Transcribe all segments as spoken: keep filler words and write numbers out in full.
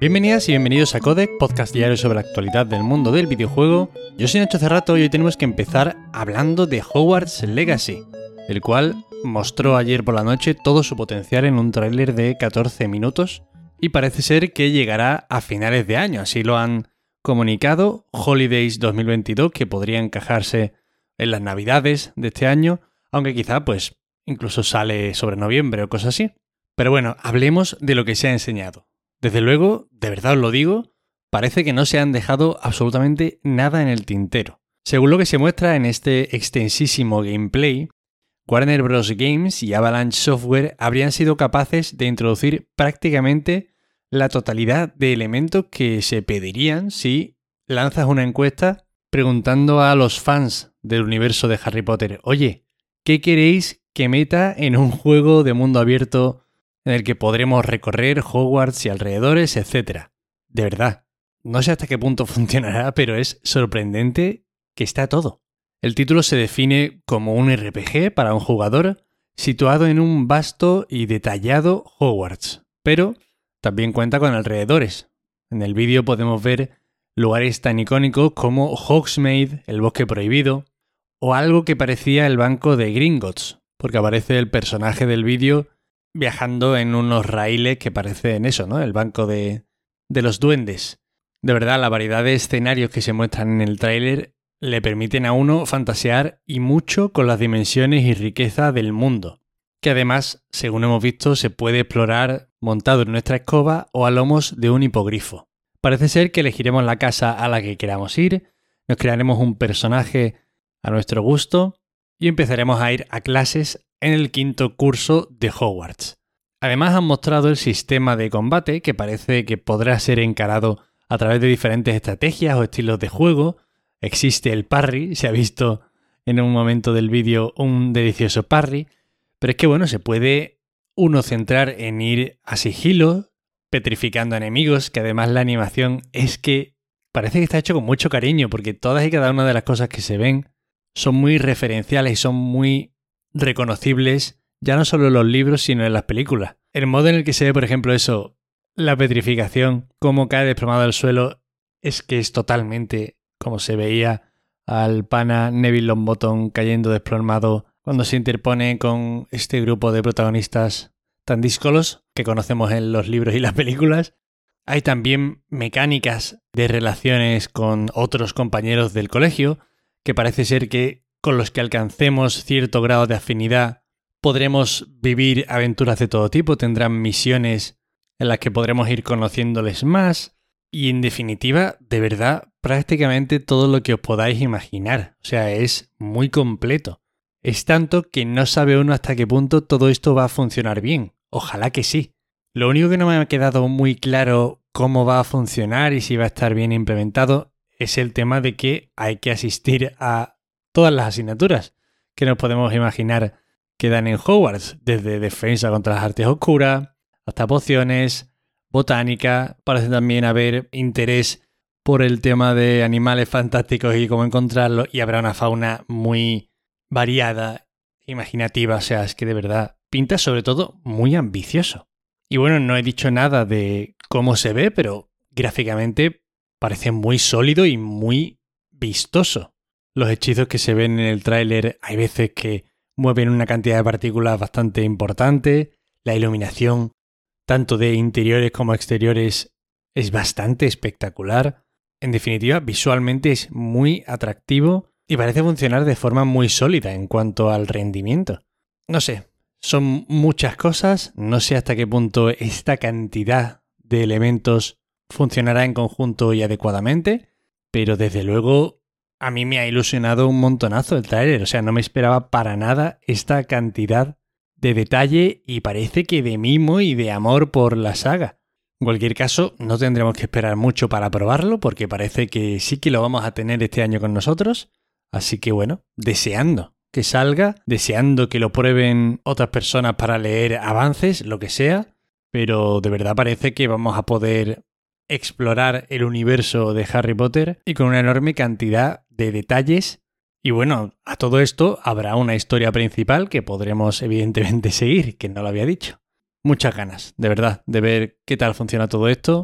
Bienvenidas y bienvenidos a Codec, podcast diario sobre la actualidad del mundo del videojuego. Yo soy Nacho Cerrato y hoy tenemos que empezar hablando de Hogwarts Legacy, el cual mostró ayer por la noche todo su potencial en un tráiler de catorce minutos y parece ser que llegará a finales de año, así lo han comunicado. Holidays dos mil veintidós, que podría encajarse en las navidades de este año, aunque quizá pues incluso sale sobre noviembre o cosas así. Pero bueno, hablemos de lo que se ha enseñado. Desde luego, de verdad os lo digo, parece que no se han dejado absolutamente nada en el tintero. Según lo que se muestra en este extensísimo gameplay, Warner Bros. Games y Avalanche Software habrían sido capaces de introducir prácticamente la totalidad de elementos que se pedirían si lanzas una encuesta preguntando a los fans del universo de Harry Potter: oye, ¿qué queréis que meta en un juego de mundo abierto en el que podremos recorrer Hogwarts y alrededores, etcétera? De verdad, no sé hasta qué punto funcionará, pero es sorprendente que está todo. El título se define como un R P G para un jugador situado en un vasto y detallado Hogwarts, pero también cuenta con alrededores. En el vídeo podemos ver lugares tan icónicos como Hogsmeade, el Bosque Prohibido, o algo que parecía el Banco de Gringotts, porque aparece el personaje del vídeo viajando en unos raíles que parecen eso, ¿no? El banco de, de los duendes. De verdad, la variedad de escenarios que se muestran en el tráiler le permiten a uno fantasear y mucho con las dimensiones y riqueza del mundo, que además, según hemos visto, se puede explorar montado en nuestra escoba o a lomos de un hipogrifo. Parece ser que elegiremos la casa a la que queramos ir, nos crearemos un personaje a nuestro gusto y empezaremos a ir a clases en el quinto curso de Hogwarts. Además han mostrado el sistema de combate, que parece que podrá ser encarado a través de diferentes estrategias o estilos de juego. Existe el parry, se ha visto en un momento del vídeo un delicioso parry, pero es que bueno, se puede uno centrar en ir a sigilo, petrificando enemigos, que además la animación es que parece que está hecho con mucho cariño, porque todas y cada una de las cosas que se ven son muy referenciales y son muy reconocibles, ya no solo en los libros, sino en las películas. El modo en el que se ve, por ejemplo, eso, la petrificación, cómo cae desplomado al suelo, es que es totalmente como se veía al pana Neville Longbottom cayendo desplomado cuando se interpone con este grupo de protagonistas tan díscolos que conocemos en los libros y las películas. Hay también mecánicas de relaciones con otros compañeros del colegio, que parece ser que con los que alcancemos cierto grado de afinidad podremos vivir aventuras de todo tipo, tendrán misiones en las que podremos ir conociéndoles más y, en definitiva, de verdad, prácticamente todo lo que os podáis imaginar. O sea, es muy completo. Es tanto que no sabe uno hasta qué punto todo esto va a funcionar bien. Ojalá que sí. Lo único que no me ha quedado muy claro cómo va a funcionar y si va a estar bien implementado es el tema de que hay que asistir a todas las asignaturas que nos podemos imaginar que dan en Hogwarts, desde defensa contra las artes oscuras hasta pociones, botánica. Parece también haber interés por el tema de animales fantásticos y cómo encontrarlos, y habrá una fauna muy variada, imaginativa. O sea, es que de verdad pinta sobre todo muy ambicioso. Y bueno, no he dicho nada de cómo se ve, pero gráficamente parece muy sólido y muy vistoso. Los hechizos que se ven en el tráiler hay veces que mueven una cantidad de partículas bastante importante. La iluminación, tanto de interiores como exteriores, es bastante espectacular. En definitiva, visualmente es muy atractivo y parece funcionar de forma muy sólida en cuanto al rendimiento. No sé, son muchas cosas. No sé hasta qué punto esta cantidad de elementos funcionará en conjunto y adecuadamente, pero desde luego a mí me ha ilusionado un montonazo el tráiler. O sea, no me esperaba para nada esta cantidad de detalle y parece que de mimo y de amor por la saga. En cualquier caso, no tendremos que esperar mucho para probarlo, porque parece que sí que lo vamos a tener este año con nosotros. Así que bueno, deseando que salga, deseando que lo prueben otras personas para leer avances, lo que sea, pero de verdad parece que vamos a poder explorar el universo de Harry Potter y con una enorme cantidad de detalles. Y bueno, a todo esto habrá una historia principal que podremos evidentemente seguir, que no lo había dicho. Muchas ganas, de verdad, de ver qué tal funciona todo esto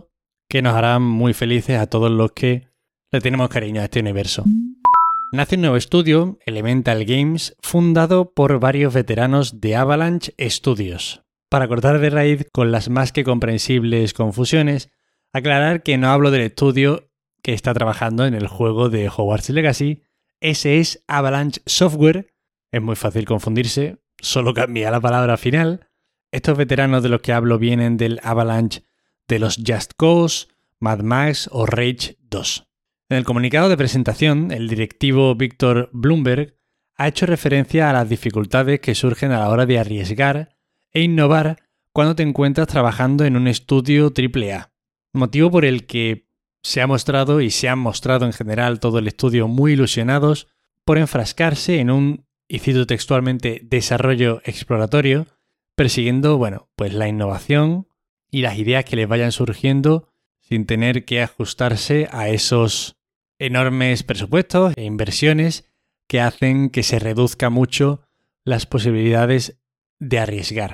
que nos harán muy felices a todos los que le tenemos cariño a este universo. Nace un nuevo estudio, Elemental Games, fundado por varios veteranos de Avalanche Studios. Para cortar de raíz con las más que comprensibles confusiones, aclarar que no hablo del estudio que está trabajando en el juego de Hogwarts Legacy. Ese es Avalanche Software. Es muy fácil confundirse, solo cambia la palabra final. Estos veteranos de los que hablo vienen del Avalanche de los Just Cause, Mad Max o Rage dos. En el comunicado de presentación, el directivo Victor Bloomberg ha hecho referencia a las dificultades que surgen a la hora de arriesgar e innovar cuando te encuentras trabajando en un estudio triple A, motivo por el que se ha mostrado y se han mostrado en general todo el estudio muy ilusionados por enfrascarse en un, y cito textualmente, desarrollo exploratorio, persiguiendo, bueno, pues la innovación y las ideas que les vayan surgiendo sin tener que ajustarse a esos enormes presupuestos e inversiones que hacen que se reduzca mucho las posibilidades de arriesgar.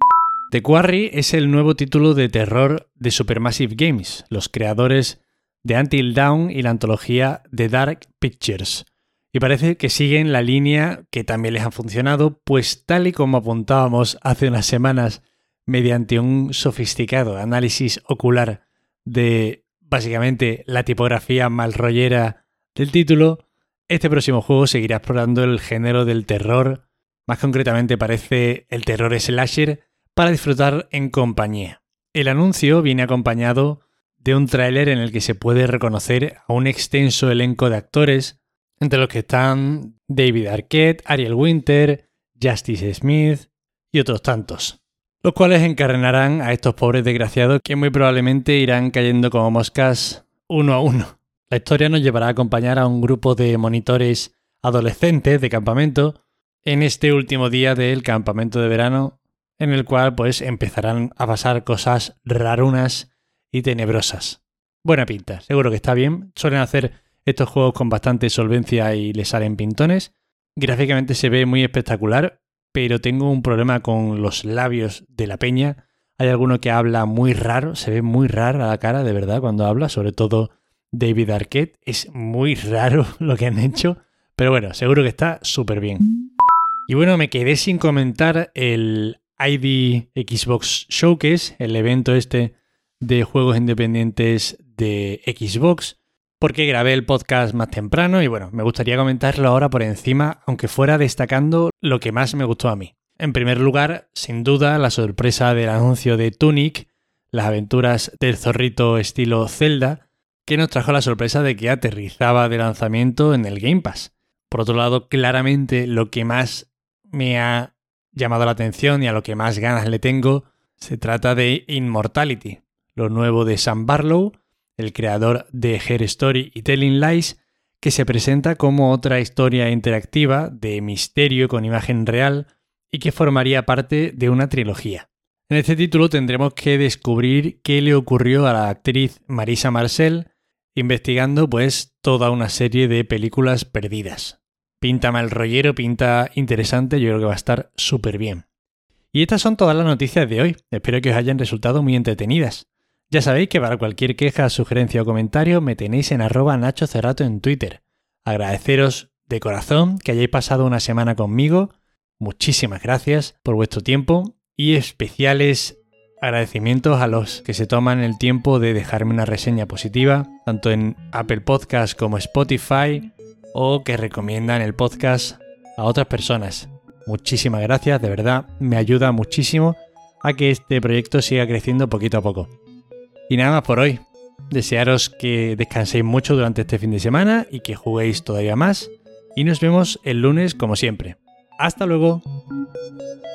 The Quarry es el nuevo título de terror de Supermassive Games, los creadores de Until Dawn y la antología The Dark Pictures. Y parece que siguen la línea que también les ha funcionado, pues tal y como apuntábamos hace unas semanas mediante un sofisticado análisis ocular de básicamente la tipografía malrollera del título, este próximo juego seguirá explorando el género del terror, más concretamente parece el terror slasher, para disfrutar en compañía. El anuncio viene acompañado de un tráiler en el que se puede reconocer a un extenso elenco de actores, entre los que están David Arquette, Ariel Winter, Justice Smith y otros tantos, los cuales encarnarán a estos pobres desgraciados que muy probablemente irán cayendo como moscas uno a uno. La historia nos llevará a acompañar a un grupo de monitores adolescentes de campamento en este último día del campamento de verano, en el cual pues empezarán a pasar cosas rarunas y tenebrosas. Buena pinta, seguro que está bien. Suelen hacer estos juegos con bastante solvencia y les salen pintones. Gráficamente se ve muy espectacular, pero tengo un problema con los labios de la peña. Hay alguno que habla muy raro, se ve muy rara la cara, de verdad, cuando habla, sobre todo David Arquette. Es muy raro lo que han hecho, pero bueno, seguro que está súper bien. Y bueno, me quedé sin comentar el I D Xbox Showcase, el evento este de juegos independientes de Xbox, porque grabé el podcast más temprano y bueno, me gustaría comentarlo ahora por encima, aunque fuera destacando lo que más me gustó a mí. En primer lugar, sin duda, la sorpresa del anuncio de Tunic, las aventuras del zorrito estilo Zelda, que nos trajo la sorpresa de que aterrizaba de lanzamiento en el Game Pass. Por otro lado, claramente lo que más me ha llamado la atención y a lo que más ganas le tengo, se trata de Immortality, lo nuevo de Sam Barlow, el creador de Her Story y Telling Lies, que se presenta como otra historia interactiva de misterio con imagen real y que formaría parte de una trilogía. En este título tendremos que descubrir qué le ocurrió a la actriz Marisa Marcel, investigando pues toda una serie de películas perdidas. Pinta mal rollero, pinta interesante, yo creo que va a estar súper bien. Y estas son todas las noticias de hoy, espero que os hayan resultado muy entretenidas. Ya sabéis que para cualquier queja, sugerencia o comentario me tenéis en arroba Nacho Cerrato en Twitter. Agradeceros de corazón que hayáis pasado una semana conmigo. Muchísimas gracias por vuestro tiempo y especiales agradecimientos a los que se toman el tiempo de dejarme una reseña positiva, tanto en Apple Podcast como Spotify, o que recomiendan el podcast a otras personas. Muchísimas gracias, de verdad, me ayuda muchísimo a que este proyecto siga creciendo poquito a poco. Y nada más por hoy. Desearos que descanséis mucho durante este fin de semana y que juguéis todavía más. Y nos vemos el lunes como siempre. ¡Hasta luego!